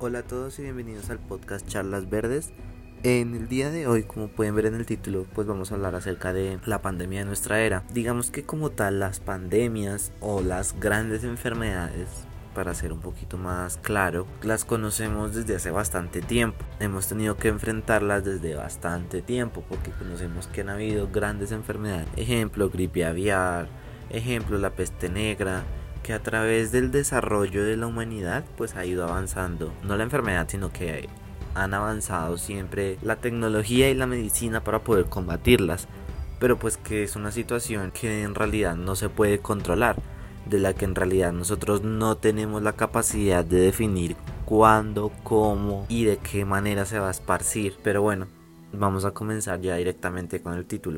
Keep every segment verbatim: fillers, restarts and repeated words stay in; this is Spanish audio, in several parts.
Hola a todos y bienvenidos al podcast Charlas Verdes. En el día de hoy, como pueden ver en el título, pues vamos a hablar acerca de la pandemia de nuestra era. Digamos que como tal las pandemias o las grandes enfermedades, para ser un poquito más claro, las conocemos desde hace bastante tiempo. Hemos tenido que enfrentarlas desde bastante tiempo porque conocemos que han habido grandes enfermedades. Ejemplo, gripe aviar, ejemplo, la peste negra, que a través del desarrollo de la humanidad pues ha ido avanzando, no la enfermedad sino que han avanzado siempre la tecnología y la medicina para poder combatirlas, pero pues que es una situación que en realidad no se puede controlar, de la que en realidad nosotros no tenemos la capacidad de definir cuándo, cómo y de qué manera se va a esparcir. Pero bueno, vamos a comenzar ya directamente con el título.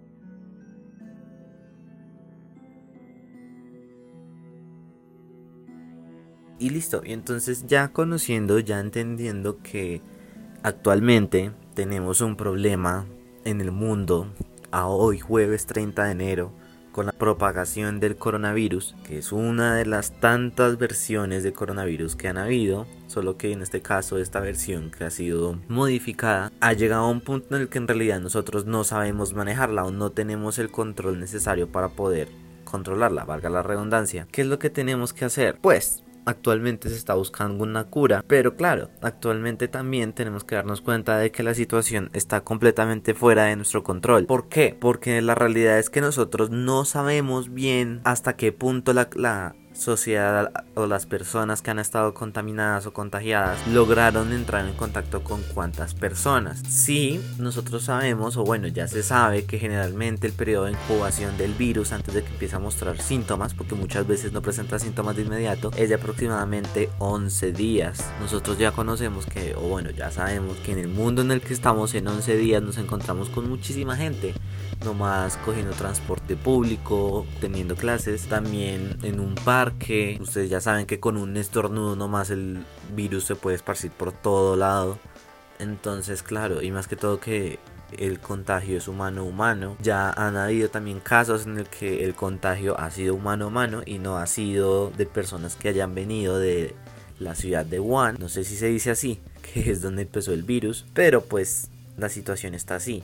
Y listo, y entonces ya conociendo, ya entendiendo que actualmente tenemos un problema en el mundo, a hoy jueves treinta de enero, con la propagación del coronavirus, que es una de las tantas versiones de coronavirus que han habido, solo que en este caso esta versión que ha sido modificada ha llegado a un punto en el que en realidad nosotros no sabemos manejarla o no tenemos el control necesario para poder controlarla, valga la redundancia. ¿Qué es lo que tenemos que hacer? Pues actualmente se está buscando una cura, pero claro, actualmente también tenemos que darnos cuenta de que la situación está completamente fuera de nuestro control. ¿Por qué? Porque la realidad es que nosotros no sabemos bien hasta qué punto la, la sociedad o las personas que han estado contaminadas o contagiadas lograron entrar en contacto con cuántas personas. Sí, nosotros sabemos, o bueno, ya se sabe que generalmente el periodo de incubación del virus antes de que empiece a mostrar síntomas, porque muchas veces no presenta síntomas de inmediato, es de aproximadamente once días. Nosotros ya conocemos que, o bueno, ya sabemos que en el mundo en el que estamos en once días nos encontramos con muchísima gente, nomás cogiendo transporte público, teniendo clases, también en un parque. Ustedes ya saben que con un estornudo nomás el virus se puede esparcir por todo lado. Entonces, claro, y más que todo que el contagio es humano-humano. Ya han habido también casos en el que el contagio ha sido humano-humano y no ha sido de personas que hayan venido de la ciudad de Wuhan. No sé si se dice así, que es donde empezó el virus, pero pues la situación está así.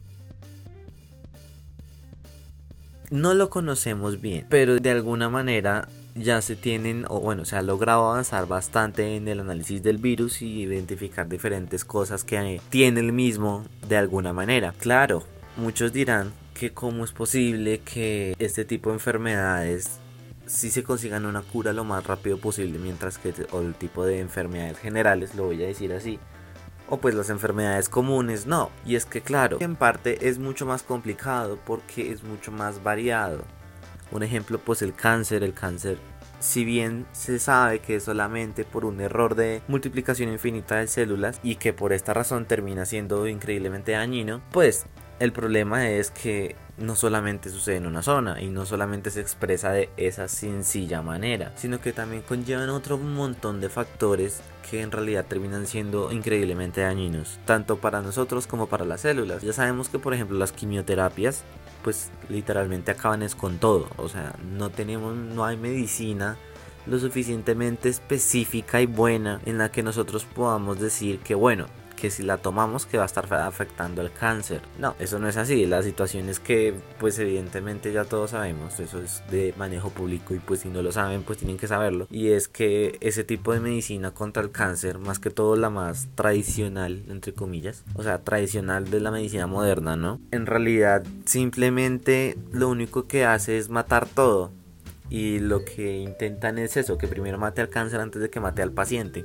No lo conocemos bien, pero de alguna manera ya se tienen, o bueno, se ha logrado avanzar bastante en el análisis del virus y identificar diferentes cosas que tiene el mismo de alguna manera. Claro, muchos dirán que cómo es posible que este tipo de enfermedades sí se consigan una cura lo más rápido posible, mientras que o el tipo de enfermedades generales, lo voy a decir así, o pues las enfermedades comunes no. Y es que claro, en parte es mucho más complicado porque es mucho más variado. Un ejemplo, pues el cáncer, el cáncer, si bien se sabe que es solamente por un error de multiplicación infinita de células y que por esta razón termina siendo increíblemente dañino, pues el problema es que no solamente sucede en una zona y no solamente se expresa de esa sencilla manera, sino que también conllevan otro montón de factores que en realidad terminan siendo increíblemente dañinos, tanto para nosotros como para las células. Ya sabemos que por ejemplo las quimioterapias pues literalmente acaban es con todo, o sea, no tenemos, no hay medicina lo suficientemente específica y buena en la que nosotros podamos decir que bueno, que si la tomamos que va a estar afectando al cáncer. No, eso no es así. La situación es que pues evidentemente ya todos sabemos, eso es de manejo público y pues si no lo saben pues tienen que saberlo, y es que ese tipo de medicina contra el cáncer, más que todo la más tradicional entre comillas, o sea tradicional de la medicina moderna, ¿no? En realidad simplemente lo único que hace es matar todo, y lo que intentan es eso, que primero mate al cáncer antes de que mate al paciente.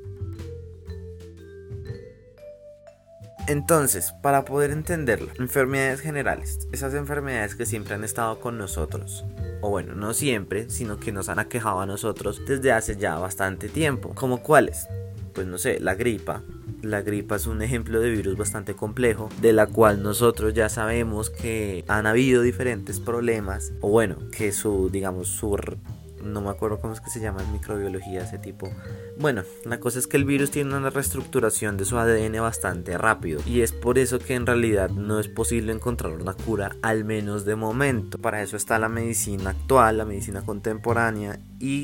Entonces, para poder entenderlo, enfermedades generales, esas enfermedades que siempre han estado con nosotros, o bueno, no siempre, sino que nos han aquejado a nosotros desde hace ya bastante tiempo. ¿Cómo cuáles? Pues no sé, la gripa. La gripa es un ejemplo de virus bastante complejo, de la cual nosotros ya sabemos que han habido diferentes problemas, o bueno, que su, digamos, su... no me acuerdo cómo es que se llama en microbiología ese tipo. Bueno, la cosa es que el virus tiene una reestructuración de su A D N bastante rápido, y es por eso que en realidad no es posible encontrar una cura, al menos de momento. Para eso está la medicina actual, la medicina contemporánea, y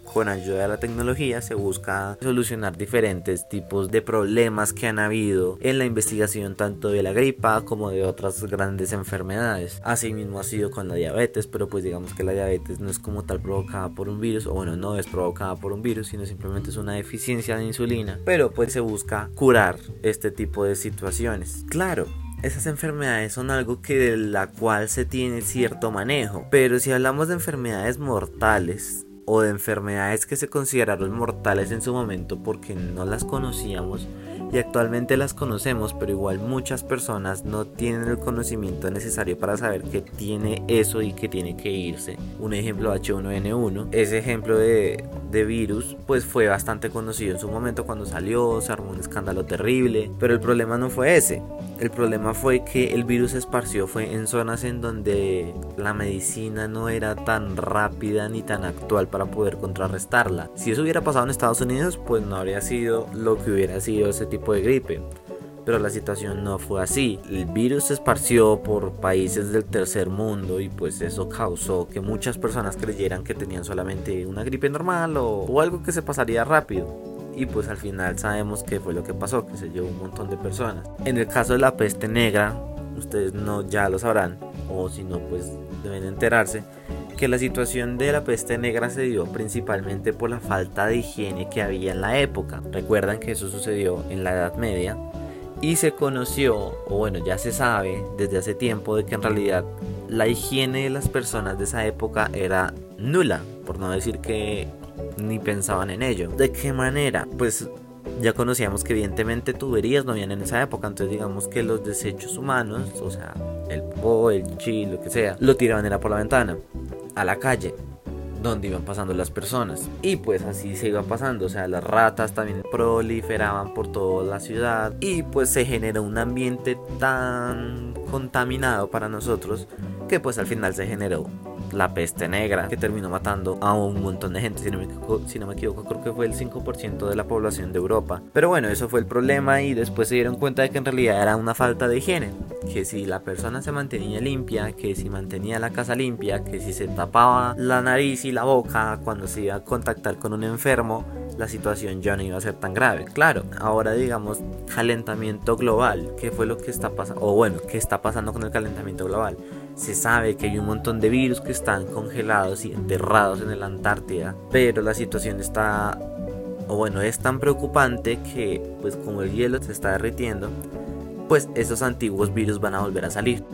con ayuda de la tecnología se busca solucionar diferentes tipos de problemas que han habido en la investigación tanto de la gripa como de otras grandes enfermedades. Asimismo ha sido con la diabetes, pero pues digamos que la diabetes no es como tal provocada por un virus, o bueno, no es provocada por un virus, sino simplemente es una deficiencia de insulina, pero pues se busca curar este tipo de situaciones. Claro, esas enfermedades son algo que de la cual se tiene cierto manejo, pero si hablamos de enfermedades mortales o de enfermedades que se consideraron mortales en su momento porque no las conocíamos y actualmente las conocemos, pero igual muchas personas no tienen el conocimiento necesario para saber que tiene eso y que tiene que irse. Un ejemplo, hache uno ene uno, ese ejemplo de, de virus pues fue bastante conocido en su momento cuando salió, se armó un escándalo terrible, pero el problema no fue ese. El problema fue que el virus se esparció fue en zonas en donde la medicina no era tan rápida ni tan actual para poder contrarrestarla. Si eso hubiera pasado en Estados Unidos, pues no habría sido lo que hubiera sido ese tipo de gripe. Pero la situación no fue así. El virus se esparció por países del tercer mundo y pues eso causó que muchas personas creyeran que tenían solamente una gripe normal o, o algo que se pasaría rápido. Y pues al final sabemos que fue lo que pasó, que se llevó un montón de personas. En el caso de la peste negra, ustedes no ya lo sabrán, o si no pues deben enterarse, que la situación de la peste negra se dio principalmente por la falta de higiene que había en la época. Recuerdan que eso sucedió en la Edad Media y se conoció, o bueno ya se sabe desde hace tiempo, de que en realidad la higiene de las personas de esa época era nula, por no decir que ni pensaban en ello. ¿De qué manera? Pues ya conocíamos que evidentemente tuberías no habían en esa época, entonces digamos que los desechos humanos, o sea, el popó, el chichi, lo que sea, lo tiraban era por la ventana, a la calle, donde iban pasando las personas. Y pues así se iba pasando, o sea, las ratas también proliferaban por toda la ciudad y pues se generó un ambiente tan contaminado para nosotros que pues al final se generó la peste negra, que terminó matando a un montón de gente. Si no me equivoco, si no me equivoco creo que fue el cinco por ciento de la población de Europa. Pero bueno, eso fue el problema y después se dieron cuenta de que en realidad era una falta de higiene, que si la persona se mantenía limpia, que si mantenía la casa limpia, que si se tapaba la nariz y la boca cuando se iba a contactar con un enfermo, la situación ya no iba a ser tan grave. Claro, ahora digamos calentamiento global, ¿qué fue lo que está pasando? O bueno, ¿qué está pasando con el calentamiento global? Se sabe que hay un montón de virus que están congelados y enterrados en la Antártida, pero la situación está, o bueno, es tan preocupante que pues como el hielo se está derritiendo, pues esos antiguos virus van a volver a salir.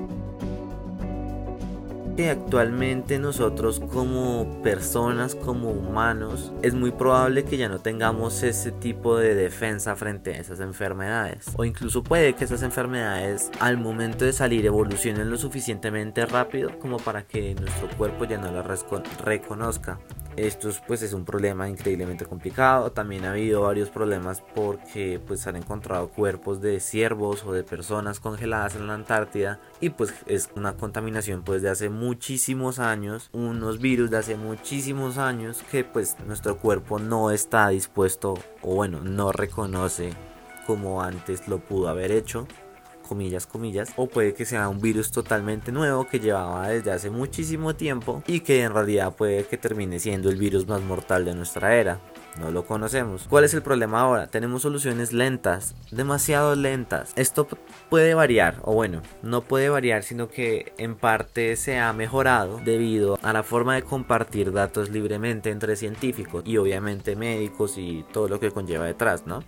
Que actualmente nosotros como personas, como humanos, es muy probable que ya no tengamos ese tipo de defensa frente a esas enfermedades, o incluso puede que esas enfermedades al momento de salir evolucionen lo suficientemente rápido como para que nuestro cuerpo ya no las reconozca. Esto pues es un problema increíblemente complicado. También ha habido varios problemas porque pues han encontrado cuerpos de ciervos o de personas congeladas en la Antártida y pues es una contaminación pues de hace muchísimos años, unos virus de hace muchísimos años que pues nuestro cuerpo no está dispuesto, o bueno, no reconoce como antes lo pudo haber hecho, comillas, comillas, o puede que sea un virus totalmente nuevo que llevaba desde hace muchísimo tiempo y que en realidad puede que termine siendo el virus más mortal de nuestra era. No lo conocemos. ¿Cuál es el problema ahora? Tenemos soluciones lentas, demasiado lentas. Esto puede variar, o bueno, no puede variar, sino que en parte se ha mejorado debido a la forma de compartir datos libremente entre científicos y obviamente médicos y todo lo que conlleva detrás, ¿no?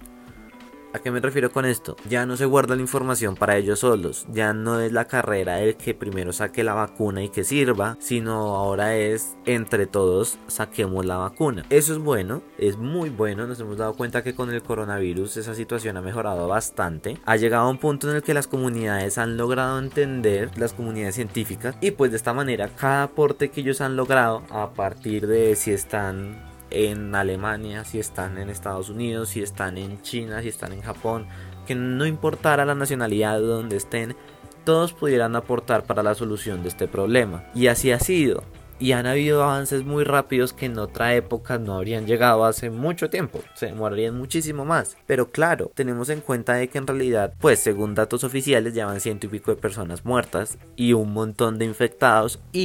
¿A qué me refiero con esto? Ya no se guarda la información para ellos solos, ya no es la carrera el que primero saque la vacuna y que sirva, sino ahora es entre todos saquemos la vacuna. Eso es bueno, es muy bueno. Nos hemos dado cuenta que con el coronavirus esa situación ha mejorado bastante. Ha llegado a un punto en el que las comunidades han logrado entender, las comunidades científicas, y pues de esta manera cada aporte que ellos han logrado a partir de si están en Alemania, si están en Estados Unidos, si están en China, si están en Japón, que no importara la nacionalidad de donde estén, todos pudieran aportar para la solución de este problema. Y así ha sido. Y han habido avances muy rápidos que en otra época no habrían llegado hace mucho tiempo. Se demorarían muchísimo más. Pero claro, tenemos en cuenta de que en realidad, pues según datos oficiales, ya van ciento y pico de personas muertas y un montón de infectados y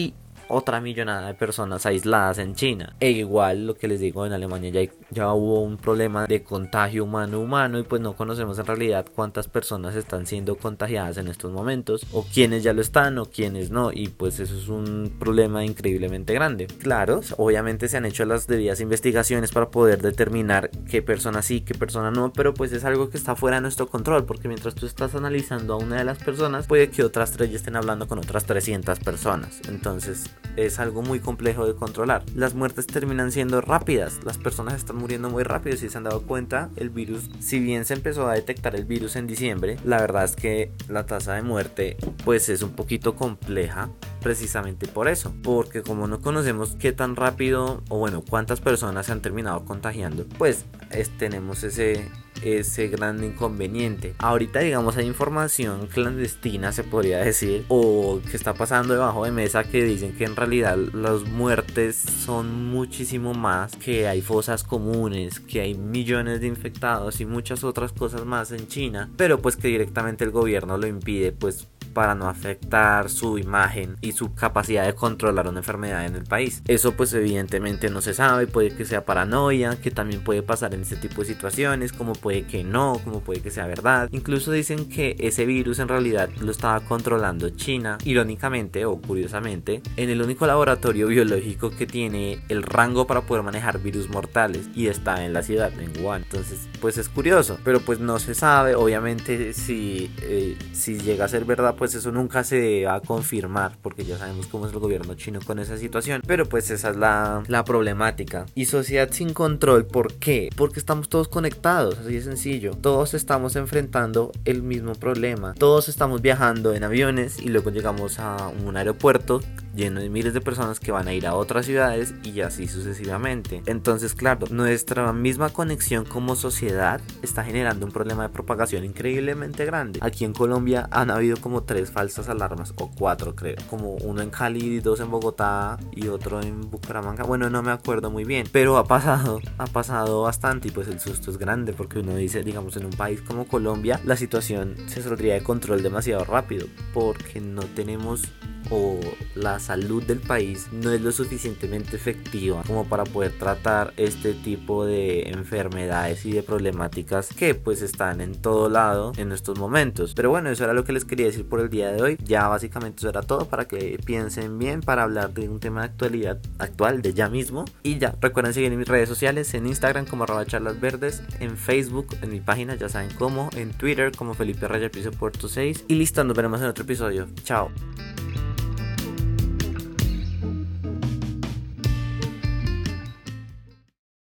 otra millonada de personas aisladas en China. E igual lo que les digo, en Alemania ya, hay, ya hubo un problema de contagio humano-humano y pues no conocemos en realidad cuántas personas están siendo contagiadas en estos momentos, o quiénes ya lo están o quiénes no, y pues eso es un problema increíblemente grande. Claro, obviamente se han hecho las debidas investigaciones para poder determinar qué persona sí, qué persona no, pero pues es algo que está fuera de nuestro control, porque mientras tú estás analizando a una de las personas, puede que otras tres ya estén hablando con otras trescientas personas. Entonces es algo muy complejo de controlar. Las muertes terminan siendo rápidas, las personas están muriendo muy rápido. Si se han dado cuenta, el virus, si bien se empezó a detectar el virus en diciembre, la verdad es que la tasa de muerte pues es un poquito compleja, precisamente por eso, porque como no conocemos qué tan rápido o bueno cuántas personas se han terminado contagiando, pues es, tenemos ese ese gran inconveniente. Ahorita digamos hay información clandestina, se podría decir, o que está pasando debajo de mesa, que dicen que en realidad las muertes son muchísimo más, que hay fosas comunes, que hay millones de infectados y muchas otras cosas más en China, pero pues que directamente el gobierno lo impide, pues para no afectar su imagen y su capacidad de controlar una enfermedad en el país. Eso pues evidentemente no se sabe, puede que sea paranoia, que también puede pasar en este tipo de situaciones, como puede que no, como puede que sea verdad. Incluso dicen que ese virus en realidad lo estaba controlando China, irónicamente o curiosamente, en el único laboratorio biológico que tiene el rango para poder manejar virus mortales, y está en la ciudad, en Wuhan. Entonces pues es curioso, pero pues no se sabe. Obviamente si, eh, si llega a ser verdad, pues eso nunca se va a confirmar, porque ya sabemos cómo es el gobierno chino con esa situación, pero pues esa es la, la problemática. Y sociedad sin control, ¿por qué? Porque estamos todos conectados, así de sencillo. Todos estamos enfrentando el mismo problema, todos estamos viajando en aviones y luego llegamos a un aeropuerto lleno de miles de personas que van a ir a otras ciudades y así sucesivamente. Entonces claro, nuestra misma conexión como sociedad está generando un problema de propagación increíblemente grande. Aquí en Colombia han habido como tres falsas alarmas, o cuatro creo, como uno en Cali, dos en Bogotá y otro en Bucaramanga. Bueno, no me acuerdo muy bien, pero ha pasado, ha pasado bastante, y pues el susto es grande, porque uno dice, digamos, en un país como Colombia la situación se saldría de control demasiado rápido, porque no tenemos, o la salud del país no es lo suficientemente efectiva como para poder tratar este tipo de enfermedades y de problemáticas que pues están en todo lado en estos momentos. Pero bueno, eso era lo que les quería decir por el día de hoy. Ya básicamente eso era todo, para que piensen bien, para hablar de un tema de actualidad actual de ya mismo. Y ya, recuerden seguir en mis redes sociales, en Instagram como arroba charlas verdes, en Facebook, en mi página, ya saben cómo, en Twitter como Felipe Raya Piso Puerto seis. Y listo, nos veremos en otro episodio. Chao.